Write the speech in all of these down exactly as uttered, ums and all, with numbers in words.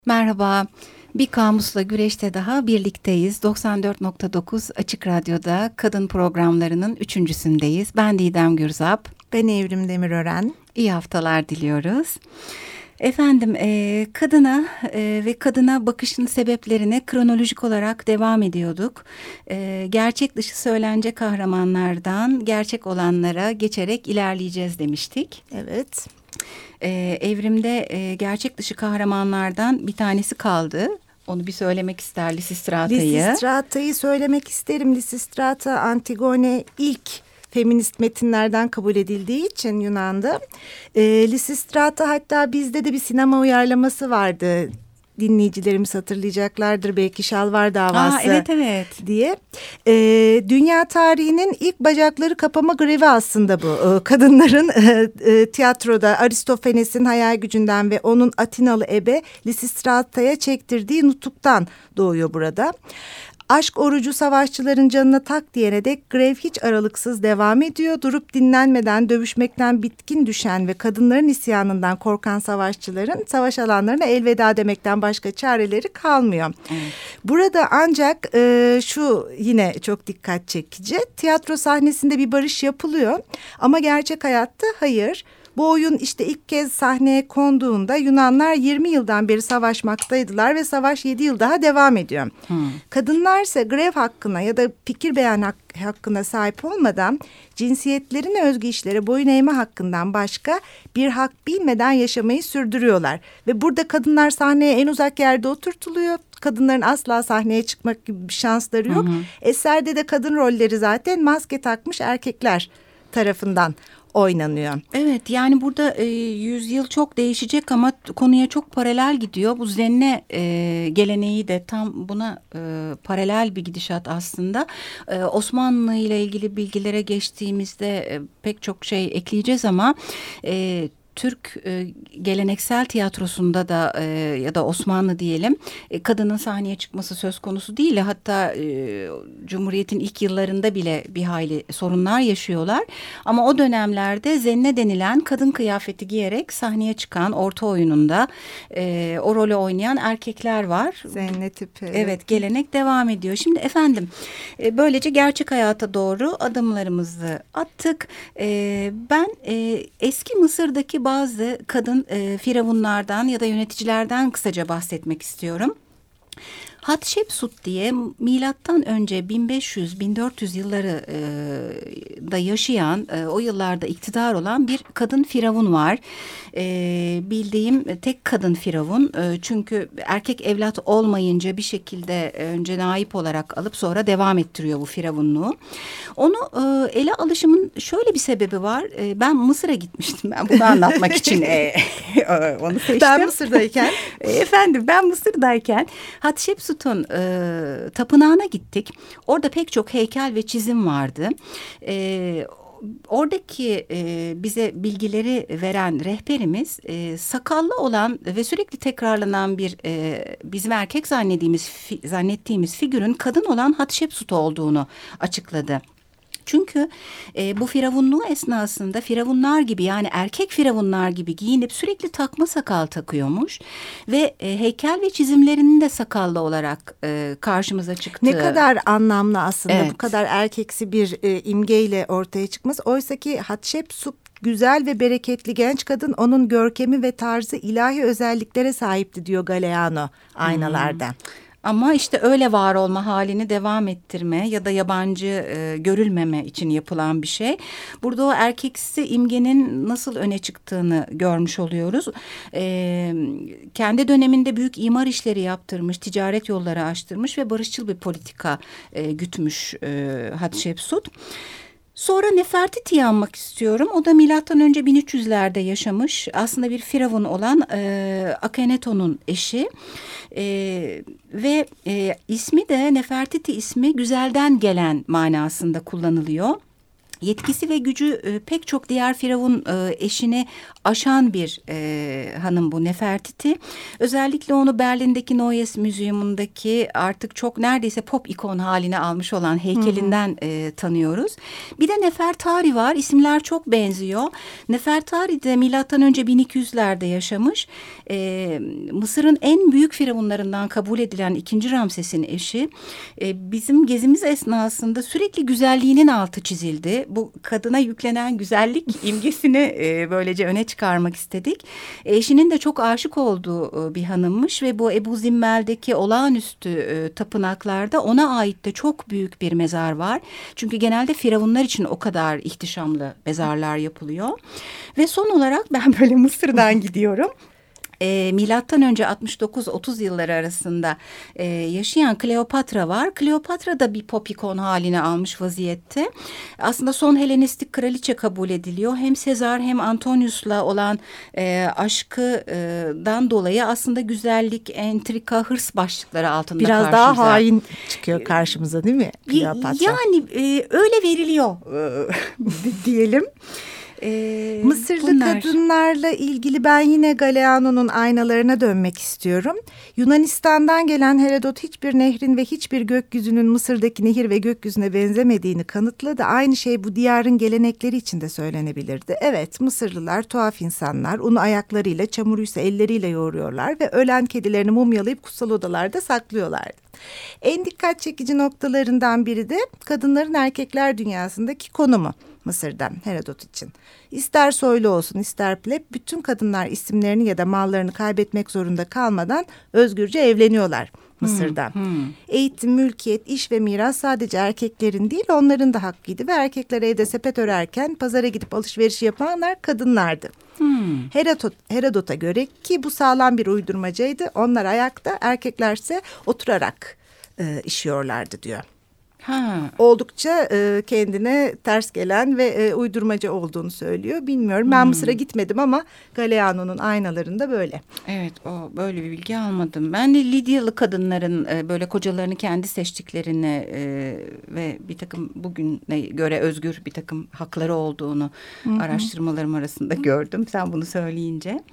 Merhaba, bir kamusla güreşte daha birlikteyiz. doksan dört nokta dokuz Açık Radyo'da kadın programlarının üçüncüsündeyiz. Ben Didem Gürzap. Ben Evrim Demirören. İyi haftalar diliyoruz. Efendim, e, kadına e, ve kadına bakışın sebeplerine kronolojik olarak devam ediyorduk. E, gerçek dışı söylence kahramanlardan gerçek olanlara geçerek ilerleyeceğiz demiştik. Evet. Ee, evrimde e, gerçek dışı kahramanlardan bir tanesi kaldı. Onu bir söylemek ister Lisistrata'yı. Lisistrata'yı söylemek isterim. Lisistrata, Antigone ilk feminist metinlerden kabul edildiği için Yunan'da. E, Lisistrata hatta bizde de bir sinema uyarlaması vardı. Dinleyicilerimiz hatırlayacaklardır belki, Şalvar Davası. Aa, evet evet diye. E, dünya tarihinin ilk bacakları kapama grevi aslında bu. E, kadınların e, e, tiyatroda Aristofanes'in hayal gücünden ve onun Atinalı ebe Lisistrata'ya çektirdiği nutuktan doğuyor burada. Aşk orucu savaşçıların canına tak diyene dek grev hiç aralıksız devam ediyor. Durup dinlenmeden dövüşmekten bitkin düşen ve kadınların isyanından korkan savaşçıların savaş alanlarına elveda demekten başka çareleri kalmıyor. Evet. Burada ancak e, şu yine çok dikkat çekici. Tiyatro sahnesinde bir barış yapılıyor ama gerçek hayatta hayır. Bu oyun işte ilk kez sahneye konduğunda Yunanlar yirmi yıldan beri savaşmaktaydılar ve savaş yedi yıl daha devam ediyor. Hmm. Kadınlar ise grev hakkına ya da fikir beyan hak, hakkına sahip olmadan cinsiyetlerine özgü işlere boyun eğme hakkından başka bir hak bilmeden yaşamayı sürdürüyorlar. Ve burada kadınlar sahneye en uzak yerde oturtuluyor. Kadınların asla sahneye çıkmak gibi bir şansları yok. Hı hı. Eserde de kadın rolleri zaten maske takmış erkekler tarafından oynanıyor. Evet, yani burada e, yüzyıl çok değişecek ama konuya çok paralel gidiyor. Bu zenne e, geleneği de tam buna e, paralel bir gidişat aslında. E, Osmanlı ile ilgili bilgilere geçtiğimizde e, pek çok şey ekleyeceğiz ama E, Türk e, geleneksel tiyatrosunda da e, ya da Osmanlı diyelim e, kadının sahneye çıkması söz konusu değil. Hatta e, Cumhuriyet'in ilk yıllarında bile bir hayli sorunlar yaşıyorlar. Ama o dönemlerde zenne denilen kadın kıyafeti giyerek sahneye çıkan orta oyununda e, o rolü oynayan erkekler var. Zenne tipi. Evet, evet, gelenek devam ediyor. Şimdi efendim e, böylece gerçek hayata doğru adımlarımızı attık. E, ben e, eski Mısır'daki bazı kadın e, firavunlardan ya da yöneticilerden kısaca bahsetmek istiyorum. Hatshepsut diye milattan önce bin beş yüz bin dört yüz yılları e, da yaşayan, e, o yıllarda iktidar olan bir kadın firavun var. E, bildiğim tek kadın firavun. E, çünkü erkek evlat olmayınca bir şekilde önce naip olarak alıp sonra devam ettiriyor bu firavunluğu. Onu e, ele alışımın şöyle bir sebebi var. E, ben Mısır'a gitmiştim. Ben bunu anlatmak için e, onu seçtim. Ben Mısır'dayken. Efendim ben Mısır'dayken Hatshepsut Tutun e, tapınağına gittik. Orada pek çok heykel ve çizim vardı. E, oradaki e, bize bilgileri veren rehberimiz e, sakallı olan ve sürekli tekrarlanan bir e, bizim erkek zannettiğimiz fi, zannettiğimiz figürün kadın olan Hatshepsut olduğunu açıkladı. Çünkü e, bu firavunluğu esnasında firavunlar gibi, yani erkek firavunlar gibi giyinip sürekli takma sakal takıyormuş ve e, heykel ve çizimlerinin de sakallı olarak e, karşımıza çıktı. Ne kadar anlamlı aslında, evet, bu kadar erkeksi bir e, imgeyle ortaya çıkması. Oysa ki Hatshepsut güzel ve bereketli genç kadın, onun görkemi ve tarzı ilahi özelliklere sahipti diyor Galeano aynalarda. Hmm. Ama işte öyle var olma halini devam ettirme ya da yabancı e, görülmeme için yapılan bir şey. Burada o erkeksi imgenin nasıl öne çıktığını görmüş oluyoruz. E, kendi döneminde büyük imar işleri yaptırmış, ticaret yolları açtırmış ve barışçıl bir politika e, gütmüş e, Hatshepsut. Sonra Nefertiti'yi anmak istiyorum. O da milattan önce bin üç yüzlerde yaşamış. Aslında bir firavun olan e, Akhenaton'un eşi. E, ve e, ismi de Nefertiti ismi güzelden gelen manasında kullanılıyor. Yetkisi ve gücü e, pek çok diğer firavun e, eşini aşan bir e, hanım bu Nefertiti. Özellikle onu Berlin'deki Neues Museum'undaki artık çok neredeyse pop ikon haline almış olan heykelinden e, tanıyoruz. Bir de Nefertari var. İsimler çok benziyor. Nefertari de milattan önce bin iki yüzlerde yaşamış. E, Mısır'ın en büyük firavunlarından kabul edilen ikinci Ramses'in eşi. E, bizim gezimiz esnasında sürekli güzelliğinin altı çizildi. Bu kadına yüklenen güzellik imgesini e, böylece öne çıkarmak istedik. E, eşinin de çok aşık olduğu e, bir hanımmış ve bu Ebu Zimmel'deki olağanüstü e, tapınaklarda ona ait de çok büyük bir mezar var. Çünkü genelde firavunlar için o kadar ihtişamlı mezarlar yapılıyor. Ve son olarak ben böyle Mısır'dan gidiyorum. E, milattan önce altmış dokuz otuz yılları arasında e, yaşayan Kleopatra var. Kleopatra da bir pop ikon haline almış vaziyette. Aslında son Helenistik kraliçe kabul ediliyor. Hem Sezar hem Antonius'la olan e, aşkından dolayı aslında güzellik, entrika, hırs başlıkları altında biraz karşımıza. daha hain çıkıyor karşımıza, değil mi Kleopatra? Yani e, öyle veriliyor e, diyelim. Ee, Mısırlı bunlar. kadınlarla ilgili ben yine Galeano'nun aynalarına dönmek istiyorum. Yunanistan'dan gelen Herodot hiçbir nehrin ve hiçbir gökyüzünün Mısır'daki nehir ve gökyüzüne benzemediğini kanıtladı. Aynı şey bu diyarın gelenekleri için de söylenebilirdi. Evet, Mısırlılar tuhaf insanlar. Unu ayaklarıyla, çamuruysa elleriyle yoğuruyorlar ve ölen kedilerini mumyalayıp kutsal odalarda saklıyorlardı. En dikkat çekici noktalarından biri de kadınların erkekler dünyasındaki konumu. Mısır'dan Herodot için. İster soylu olsun ister pleb, bütün kadınlar isimlerini ya da mallarını kaybetmek zorunda kalmadan özgürce evleniyorlar Mısır'dan. Hmm, hmm. Eğitim, mülkiyet, iş ve miras sadece erkeklerin değil onların da hakkıydı ve erkekler evde sepet örerken pazara gidip alışveriş yapanlar kadınlardı. Hmm. Herodot, Herodot'a göre ki bu sağlam bir uydurmacaydı, onlar ayakta, erkeklerse oturarak e, işiyorlardı diyor. Ha. Oldukça e, kendine ters gelen ve e, uydurmaca olduğunu söylüyor. Bilmiyorum, ben hmm. Mısır'a gitmedim ama Galeano'nun aynalarında böyle. Evet, o böyle bir bilgi almadım. Ben de Lidyalı kadınların e, böyle kocalarını kendi seçtiklerini e, ve bir takım bugüne göre özgür bir takım hakları olduğunu hmm. araştırmalarım arasında gördüm. Sen bunu söyleyince.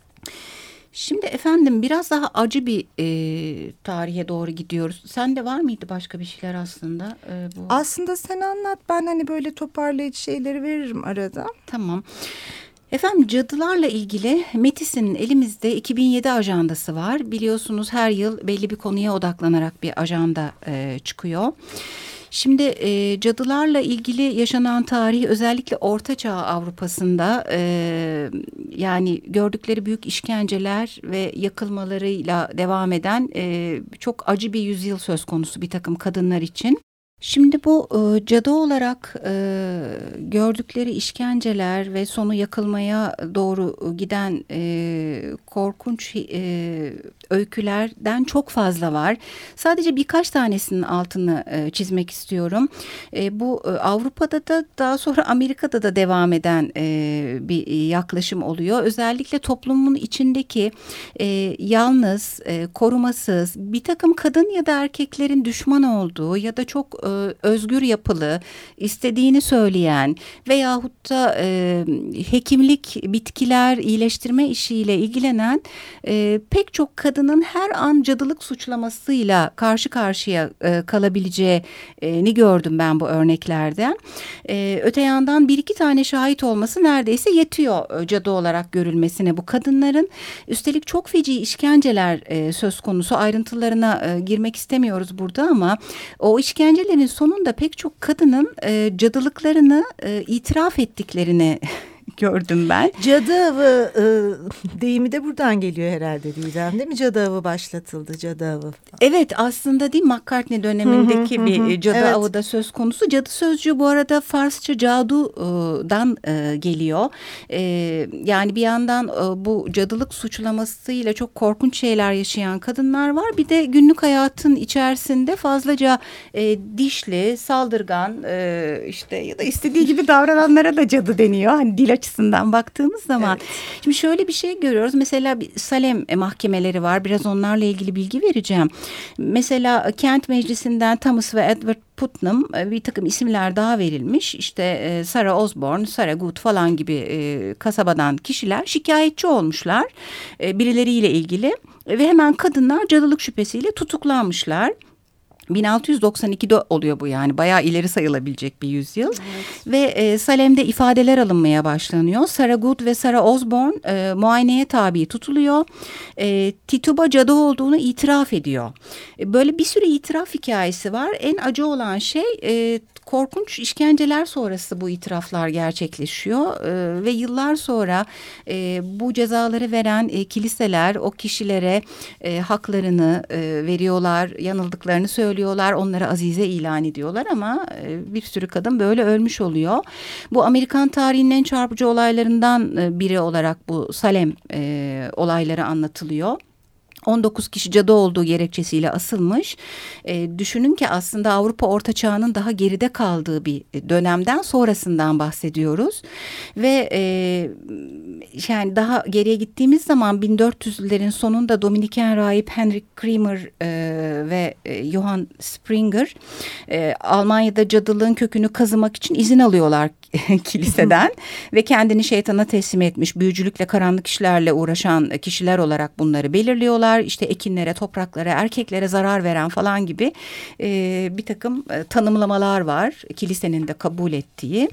Şimdi efendim biraz daha acı bir e, tarihe doğru gidiyoruz. Sende var mıydı başka bir şeyler aslında? E, bu? Aslında sen anlat, ben hani böyle toparlayıcı şeyleri veririm arada. Tamam. Efendim cadılarla ilgili Metis'in elimizde iki bin yedi ajandası var. Biliyorsunuz her yıl belli bir konuya odaklanarak bir ajanda e, çıkıyor. Şimdi e, cadılarla ilgili yaşanan tarih özellikle Orta Çağ Avrupa'sında e, yani gördükleri büyük işkenceler ve yakılmalarıyla devam eden e, çok acı bir yüzyıl söz konusu bir takım kadınlar için. Şimdi bu e, cadı olarak e, gördükleri işkenceler ve sonu yakılmaya doğru giden e, korkunç e, öykülerden çok fazla var. Sadece birkaç tanesinin altını e, çizmek istiyorum. E, bu e, Avrupa'da da daha sonra Amerika'da da devam eden e, bir yaklaşım oluyor. Özellikle toplumun içindeki e, yalnız, e, korumasız bir takım kadın ya da erkeklerin düşman olduğu ya da çok özgür yapılı, istediğini söyleyen veyahut da e, hekimlik, bitkiler, iyileştirme işiyle ilgilenen e, pek çok kadının her an cadılık suçlamasıyla karşı karşıya e, kalabileceğini gördüm ben bu örneklerden. E, öte yandan bir iki tane şahit olması neredeyse yetiyor cadı olarak görülmesine bu kadınların. Üstelik çok feci işkenceler e, söz konusu, ayrıntılarına e, girmek istemiyoruz burada ama o işkencelerin sonunda pek çok kadının e, cadılıklarını e, itiraf ettiklerini gördüm ben. Cadı avı e, deyimi de buradan geliyor herhalde Didem, değil mi? Cadı avı başlatıldı, cadı avı. Evet, aslında değil McCartney dönemindeki hı hı, bir hı. cadı evet. avı da söz konusu. Cadı sözcüğü bu arada Farsça cadudan e, geliyor. E, yani bir yandan e, bu cadılık suçlamasıyla çok korkunç şeyler yaşayan kadınlar var. Bir de günlük hayatın içerisinde fazlaca e, dişli, saldırgan e, işte ya da istediği gibi davrananlara da cadı deniyor. Hani dil açısından açısından baktığımız zaman. Evet. Şimdi şöyle bir şey görüyoruz. Mesela bir Salem mahkemeleri var. Biraz onlarla ilgili bilgi vereceğim. Mesela Kent Meclisi'nden Thomas ve Edward Putnam bir takım isimler daha verilmiş. İşte Sarah Osborne, Sarah Good falan gibi kasabadan kişiler şikayetçi olmuşlar birileriyle ilgili ve hemen kadınlar cadılık şüphesiyle tutuklanmışlar. bin altı yüz doksan ikide oluyor bu, yani bayağı ileri sayılabilecek bir yüzyıl. Evet. Ve e, Salem'de ifadeler alınmaya başlanıyor. Sarah Good ve Sarah Osborne e, muayeneye tabi tutuluyor. E, Tituba cadı olduğunu itiraf ediyor. E, böyle bir sürü itiraf hikayesi var. En acı olan şey e, korkunç işkenceler sonrası bu itiraflar gerçekleşiyor. E, ve yıllar sonra e, bu cezaları veren e, kiliseler o kişilere e, haklarını e, veriyorlar, yanıldıklarını söylüyorlar. Onları azize ilan ediyorlar ama bir sürü kadın böyle ölmüş oluyor. Bu Amerikan tarihinin en çarpıcı olaylarından biri olarak bu Salem e, olayları anlatılıyor. on dokuz kişi cadı olduğu gerekçesiyle asılmış. E, düşünün ki aslında Avrupa Orta Çağı'nın daha geride kaldığı bir dönemden sonrasından bahsediyoruz. Ve e, yani daha geriye gittiğimiz zaman bin dört yüzlerin sonunda Dominiken rahip Henry Kramer e, ve e, Johann Springer e, Almanya'da cadılığın kökünü kazımak için izin alıyorlar kiliseden ve kendini şeytana teslim etmiş, büyücülükle, karanlık işlerle uğraşan kişiler olarak bunları belirliyorlar. İşte ekinlere, topraklara, erkeklere zarar veren falan gibi e, bir takım e, tanımlamalar var kilisenin de kabul ettiği.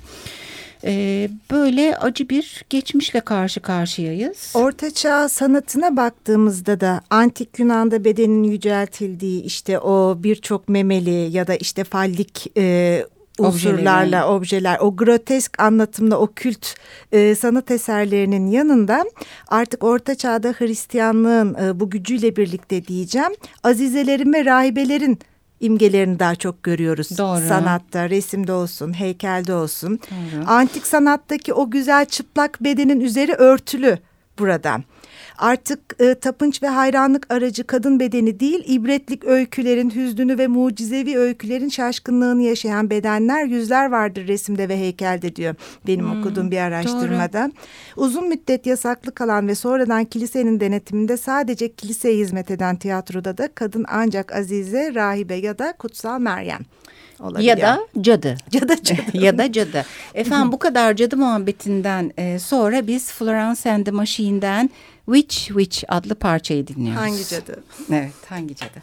Ee, böyle acı bir geçmişle karşı karşıyayız. Ortaçağ sanatına baktığımızda da antik Yunan'da bedenin yüceltildiği, işte o birçok memeli ya da işte fallik e, unsurlarla objeler, o grotesk anlatımda o kült e, sanat eserlerinin yanında artık Orta Çağ'da Hristiyanlığın e, bu gücüyle birlikte diyeceğim, azizelerin ve rahibelerin imgelerini daha çok görüyoruz. Doğru. Sanatta, resimde olsun, heykelde olsun. Doğru. Antik sanattaki o güzel çıplak bedenin üzeri örtülü burada. Artık e, tapınç ve hayranlık aracı kadın bedeni değil, ibretlik öykülerin, hüznünü ve mucizevi öykülerin şaşkınlığını yaşayan bedenler, yüzler vardır resimde ve heykelde diyor benim hmm, okuduğum bir araştırmada. Doğru. Uzun müddet yasaklı kalan ve sonradan kilisenin denetiminde sadece kiliseye hizmet eden tiyatroda da kadın ancak azize, rahibe ya da kutsal Meryem olabiliyor. Ya da cadı. Ya da cadı. ya da cadı. Efendim bu kadar cadı muhabbetinden e, sonra biz Florence and the Machine'den Witch Witch adlı parçayı dinliyoruz. Hangi cadı? Evet, hangi cadı?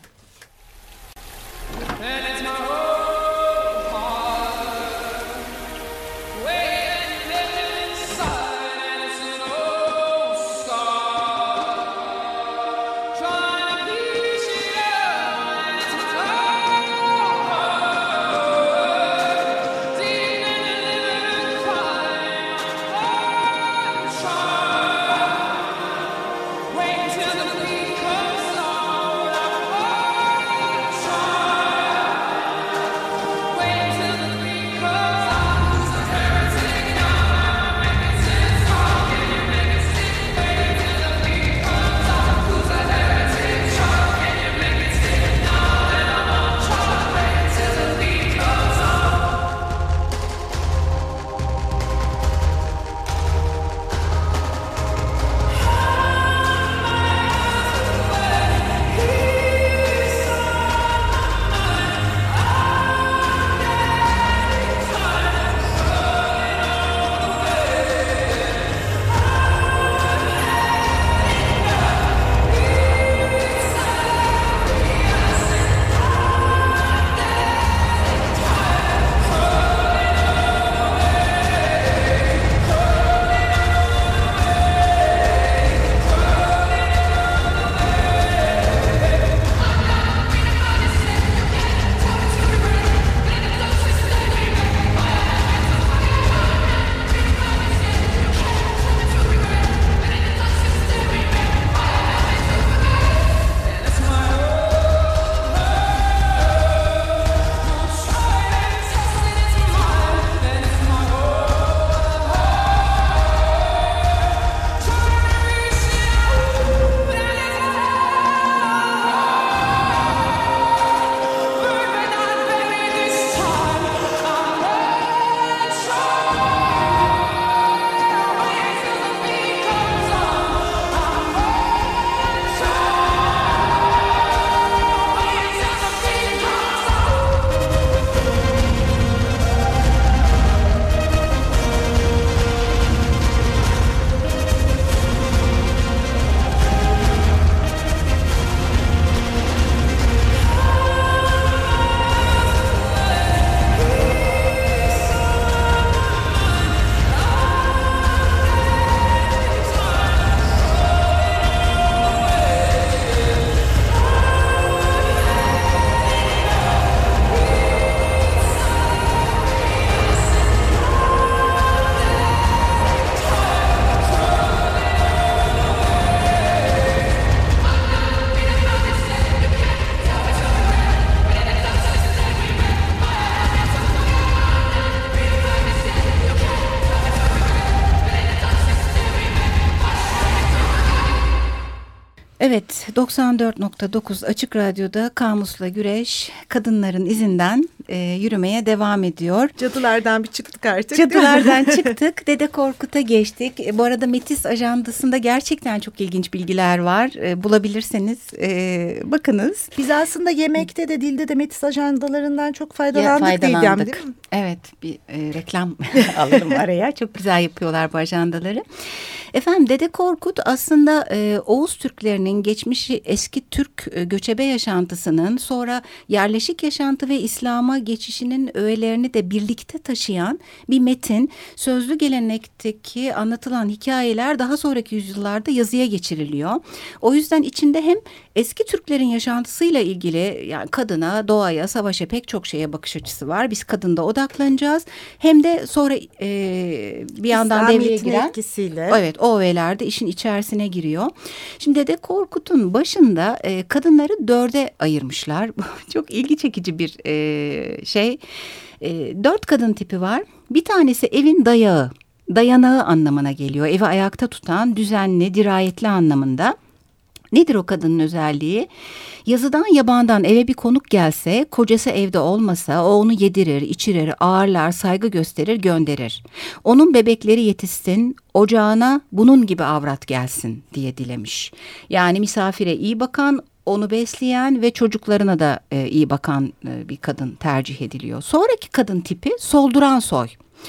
Evet, doksan dört nokta dokuz Açık Radyo'da Kamus'la Güreş kadınların izinden e, yürümeye devam ediyor. Cadılardan bir çıktık artık. Cadılardan çıktık, Dede Korkut'a geçtik. E, bu arada Metis ajandasında gerçekten çok ilginç bilgiler var. E, bulabilirseniz e, bakınız. Biz aslında yemekte de dilde de Metis ajandalarından çok faydalandık, ya, faydalandık. Didem, değil mi? Evet, bir e, reklam alırım araya. Çok güzel yapıyorlar bu ajandaları. Efendim, Dede Korkut aslında e, Oğuz Türklerinin geçmişi eski Türk e, göçebe yaşantısının sonra yerleşik yaşantı ve İslam'a geçişinin öğelerini de birlikte taşıyan bir metin. Sözlü gelenekteki anlatılan hikayeler daha sonraki yüzyıllarda yazıya geçiriliyor. O yüzden içinde hem eski Türklerin yaşantısıyla ilgili, yani kadına, doğaya, savaşa, pek çok şeye bakış açısı var. Biz kadında odaklanacağız. Hem de sonra e, bir yandan devreye giren etkisiyle. Evet, o öğeler de işin içerisine giriyor. Şimdi Dede Korkut'un başında e, kadınları dörde ayırmışlar. Çok ilgi çekici bir e, şey. E, dört kadın tipi var. Bir tanesi evin dayağı, dayanağı anlamına geliyor. Evi ayakta tutan, düzenli, dirayetli anlamında. Nedir o kadının özelliği? Yazıdan yabandan eve bir konuk gelse, kocası evde olmasa o onu yedirir, içirir, ağırlar, saygı gösterir, gönderir. Onun bebekleri yetişsin, ocağına bunun gibi avrat gelsin diye dilemiş. Yani misafire iyi bakan, onu besleyen ve çocuklarına da e, iyi bakan e, bir kadın tercih ediliyor. Sonraki kadın tipi solduran soy.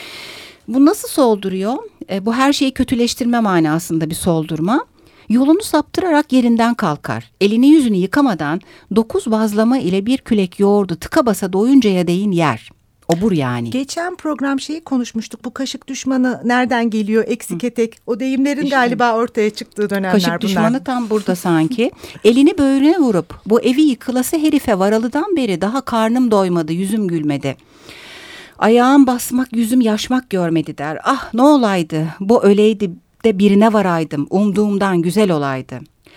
Bu nasıl solduruyor? E, bu her şeyi kötüleştirme manasında bir soldurma. Yolunu saptırarak yerinden kalkar. Elini yüzünü yıkamadan dokuz bazlama ile bir kürek yoğurdu tıka basa doyuncaya değin yer. Obur yani. Geçen program şeyi konuşmuştuk. Bu kaşık düşmanı nereden geliyor? Eksik etek. O deyimlerin işte, galiba ortaya çıktığı dönemler kaşık bunlar. Kaşık düşmanı tam burada sanki. Elini böğrüne vurup bu evi yıkılası herife varalıdan beri daha karnım doymadı, yüzüm gülmedi. Ayağım basmak, yüzüm yaşmak görmedi der. Ah ne olaydı, bu öleydi de birine varaydım, umduğumdan güzel olaydı.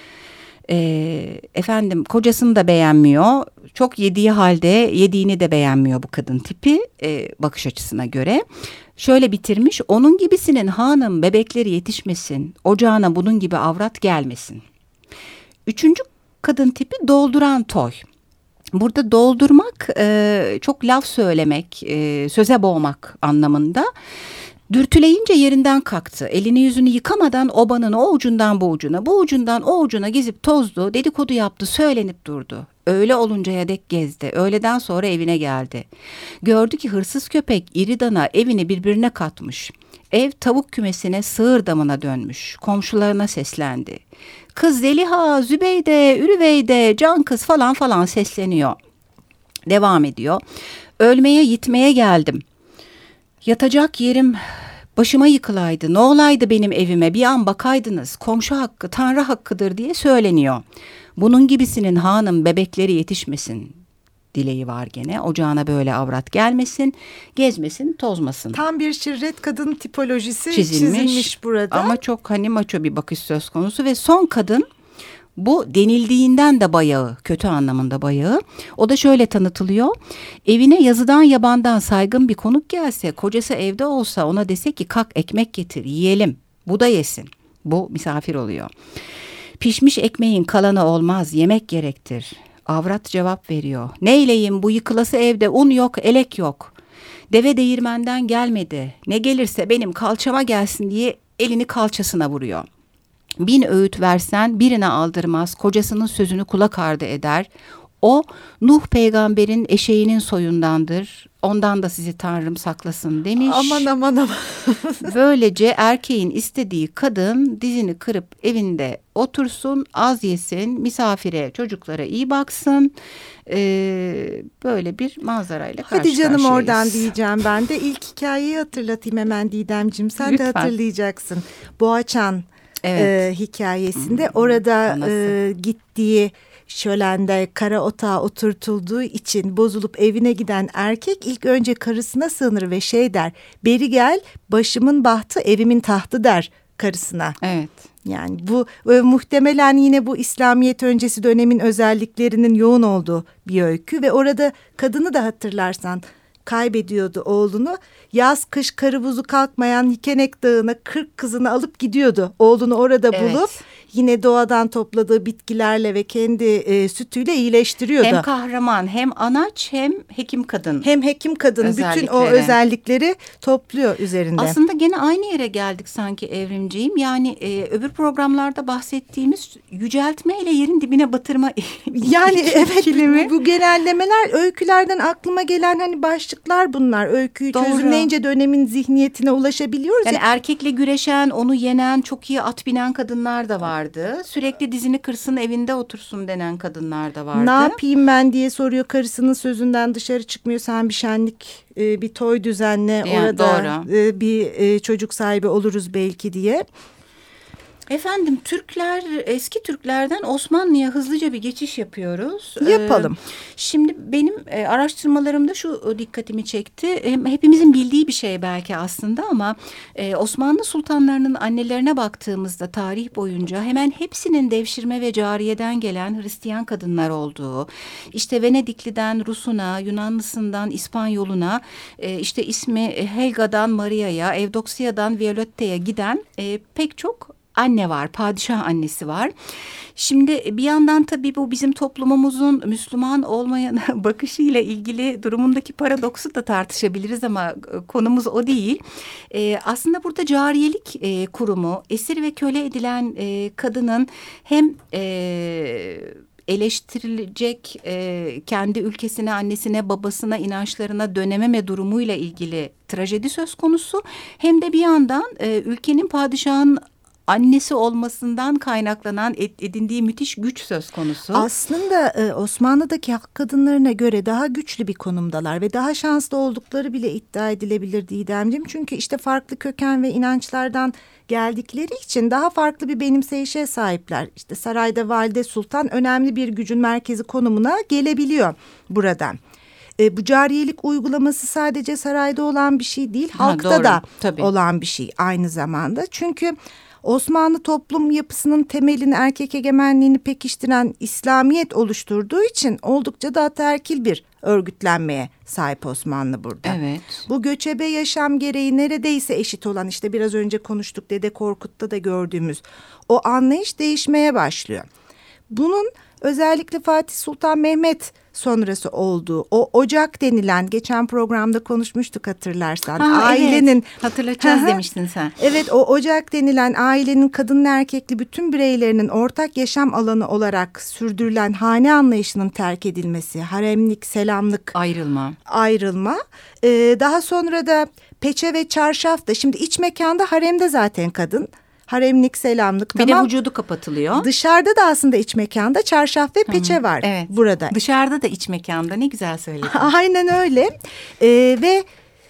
Ee, efendim kocasını da beğenmiyor. Çok yediği halde yediğini de beğenmiyor bu kadın tipi e, bakış açısına göre. Şöyle bitirmiş: onun gibisinin hanım bebekleri yetişmesin, ocağına bunun gibi avrat gelmesin. Üçüncü kadın tipi dolduran toy. Burada doldurmak e, çok laf söylemek, e, söze boğmak anlamında. Dürtüleyince yerinden kalktı. Elini yüzünü yıkamadan obanın o ucundan bu ucuna, bu ucundan o ucuna gezip tozdu, dedikodu yaptı, söylenip durdu. Öğle oluncaya dek gezdi. Öğleden sonra evine geldi. Gördü ki hırsız köpek iri dana evini birbirine katmış. Ev tavuk kümesine, sığır damına dönmüş. Komşularına seslendi. Kız Zeliha, Zübeyde, Ürüveyde, can kız falan falan sesleniyor. Devam ediyor. Ölmeye yitmeye geldim. Yatacak yerim başıma yıkılaydı. Ne olaydı benim evime, bir an bakaydınız. Komşu hakkı, Tanrı hakkıdır diye söyleniyor. Bunun gibisinin hanım bebekleri yetişmesin dileği var gene. Ocağına böyle avrat gelmesin, gezmesin, tozmasın. Tam bir şirret kadın tipolojisi çizilmiş, çizilmiş burada. Ama çok hani maço bir bakış söz konusu ve son kadın, bu denildiğinden de bayağı, kötü anlamında bayağı. O da şöyle tanıtılıyor. Evine yazıdan yabandan saygın bir konuk gelse, kocası evde olsa ona dese ki kalk ekmek getir yiyelim. Bu da yesin. Bu misafir oluyor. Pişmiş ekmeğin kalanı olmaz, yemek gerektir. Avrat cevap veriyor. Neyleyim, bu yıkılası evde un yok, elek yok. Deve değirmenden gelmedi. Ne gelirse benim kalçama gelsin diye elini kalçasına vuruyor. Bin öğüt versen birine aldırmaz, kocasının sözünü kulak ardı eder. O Nuh peygamberin eşeğinin soyundandır. Ondan da sizi Tanrım saklasın demiş. Aman aman aman. Böylece erkeğin istediği kadın dizini kırıp evinde otursun, az yesin, misafire, çocuklara iyi baksın. Ee, böyle bir manzarayla karşı Hadi canım karşıyayız. Oradan diyeceğim ben de. İlk hikayeyi hatırlatayım hemen Didemciğim. Sen Lütfen. de hatırlayacaksın. Boğaçan Evet. e, hikayesinde hmm, orada e, gittiği şölende kara otağa oturtulduğu için bozulup evine giden erkek ilk önce karısına sığınır ve şey der: beri gel, başımın bahtı evimin tahtı der karısına. Evet. Yani bu e, muhtemelen yine bu İslamiyet öncesi dönemin özelliklerinin yoğun olduğu bir öykü ve orada kadını da hatırlarsan kaybediyordu oğlunu. Yaz kış karı buzu kalkmayan Hikenek Dağı'na kırk kızını alıp gidiyordu. Oğlunu orada bulup evet. yine doğadan topladığı bitkilerle ve kendi e, sütüyle iyileştiriyordu. Hem kahraman, hem anaç, hem hekim kadın. Hem hekim kadın bütün o özellikleri topluyor üzerinde. Aslında gene aynı yere geldik sanki Evrimciğim. Yani e, öbür programlarda bahsettiğimiz yüceltme ile yerin dibine batırma. Yani evet, bu, bu genellemeler öykülerden aklıma gelen hani başlıklar bunlar. Öyküyü Doğru. çözümleyince dönemin zihniyetine ulaşabiliyoruz. Yani ya. Erkekle güreşen, onu yenen, çok iyi at binen kadınlar da vardı. Sürekli dizini kırsın, evinde otursun denen kadınlar da vardı. Ne yapayım ben diye soruyor, karısının sözünden dışarı çıkmıyor. Sen bir şenlik, bir toy düzenle, yani orada doğru. bir çocuk sahibi oluruz belki diye. Efendim, Türkler, eski Türklerden Osmanlı'ya hızlıca bir geçiş yapıyoruz. Yapalım. Ee, şimdi benim e, araştırmalarımda şu dikkatimi çekti. Hem, hepimizin bildiği bir şey belki aslında ama e, Osmanlı sultanlarının annelerine baktığımızda tarih boyunca hemen hepsinin devşirme ve cariyeden gelen Hristiyan kadınlar olduğu, işte Venedikli'den Rus'una, Yunanlısından İspanyol'una, e, işte ismi Helga'dan Maria'ya, Evdoksiya'dan Violetta'ya giden e, pek çok anne var, padişah annesi var. Şimdi bir yandan tabii bu bizim toplumumuzun Müslüman olmayana bakışıyla ilgili durumundaki paradoksu da tartışabiliriz ama konumuz o değil. Ee, aslında burada cariyelik e, kurumu, esir ve köle edilen e, kadının hem E, eleştirilecek e, kendi ülkesine, annesine, babasına, inançlarına dönememe durumuyla ilgili trajedi söz konusu. Hem de bir yandan e, ülkenin padişahın annesi olmasından kaynaklanan edindiği müthiş güç söz konusu. Aslında e, Osmanlı'daki hak kadınlarına göre daha güçlü bir konumdalar ve daha şanslı oldukları bile iddia edilebilir Didemciğim. Çünkü işte farklı köken ve inançlardan geldikleri için daha farklı bir benimseyişe sahipler. İşte sarayda valide sultan önemli bir gücün merkezi konumuna gelebiliyor buradan. E, bu cariyelik uygulaması sadece sarayda olan bir şey değil, halkta ha, da tabii. olan bir şey aynı zamanda. Çünkü Osmanlı toplum yapısının temelini, erkek egemenliğini pekiştiren İslamiyet oluşturduğu için oldukça da ataerkil bir örgütlenmeye sahip Osmanlı burada. Evet. Bu göçebe yaşam gereği neredeyse eşit olan, işte biraz önce konuştuk, Dede Korkut'ta da gördüğümüz o anlayış değişmeye başlıyor. Bunun özellikle Fatih Sultan Mehmet sonrası olduğu, o ocak denilen, geçen programda konuşmuştuk hatırlarsan. Ha, ailenin evet. Hatırlatacağız demiştin sen. Evet, o ocak denilen ailenin kadınlı erkekli bütün bireylerinin ortak yaşam alanı olarak sürdürülen hane anlayışının terk edilmesi, haremlik, selamlık, ayrılma. Ayrılma. Ee, daha sonra da peçe ve çarşaf da, şimdi iç mekanda haremde zaten kadın. Haremlik, selamlık. Bir tamam. de vücudu kapatılıyor. Dışarıda da aslında iç mekanda çarşaf ve peçe var. Evet. Burada. Dışarıda da iç mekanda, ne güzel söyledin. Aynen öyle. Ee, ve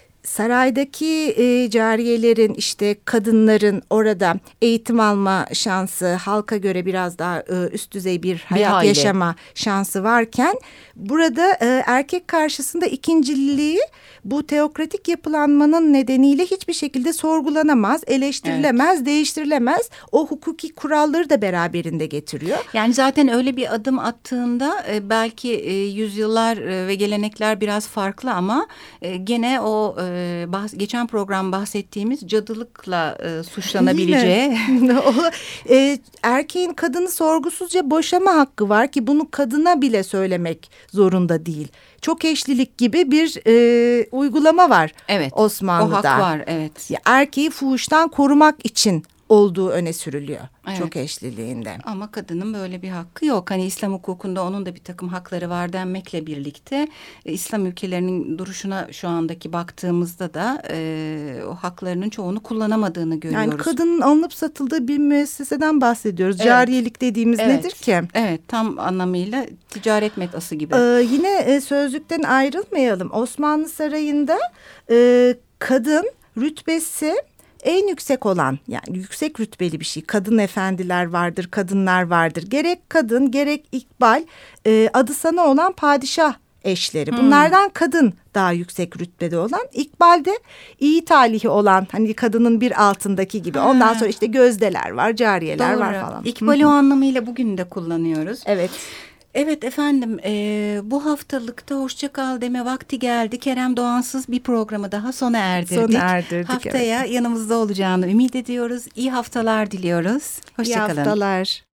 saraydaki e, cariyelerin, işte kadınların orada eğitim alma şansı, halka göre biraz daha e, üst düzey bir hayat bir yaşama şansı varken burada e, erkek karşısında ikinciliği bu teokratik yapılanmanın nedeniyle hiçbir şekilde sorgulanamaz, eleştirilemez, evet. değiştirilemez. O hukuki kuralları da beraberinde getiriyor. Yani zaten öyle bir adım attığında e, belki e, yüzyıllar e, ve gelenekler biraz farklı ama e, gene o e, bahs- geçen program bahsettiğimiz cadılıkla e, suçlanabileceği. o, e, erkeğin kadını sorgusuzca boşama hakkı var ki bunu kadına bile söylemek zorunda değil. Çok eşlilik gibi bir e, uygulama var, evet, Osmanlı'da. O hak var, evet. Ya, erkeği fuhuştan korumak için olduğu öne sürülüyor, evet. Çok eşliliğinde. Ama kadının böyle bir hakkı yok. Hani İslam hukukunda onun da bir takım hakları var denmekle birlikte e, İslam ülkelerinin duruşuna şu andaki baktığımızda da e, o haklarının çoğunu kullanamadığını görüyoruz. Yani kadının alınıp satıldığı bir müesseseden bahsediyoruz. Evet. Cariyelik dediğimiz evet. nedir ki? Evet, tam anlamıyla ticaret metası gibi. Ee, yine e, sözlükten ayrılmayalım. Osmanlı Sarayı'nda e, kadın rütbesi en yüksek olan, yani yüksek rütbeli bir şey. Kadın efendiler vardır, kadınlar vardır. Gerek kadın, gerek ikbal, e, adı sana olan padişah eşleri. Bunlardan hmm. kadın daha yüksek rütbede olan, ikbalde iyi talihi olan, hani kadının bir altındaki gibi. Ha. Ondan sonra işte gözdeler var, cariyeler Doğru. var falan. İkbali o anlamıyla bugün de kullanıyoruz. Evet. Evet efendim, e, bu haftalıkta hoşça kal deme vakti geldi. Kerem Doğansız bir programı daha sona erdirdik. Sona erdirdik, Haftaya evet. yanımızda olacağını ümit ediyoruz. İyi haftalar diliyoruz. Hoşça İyi kalın. haftalar.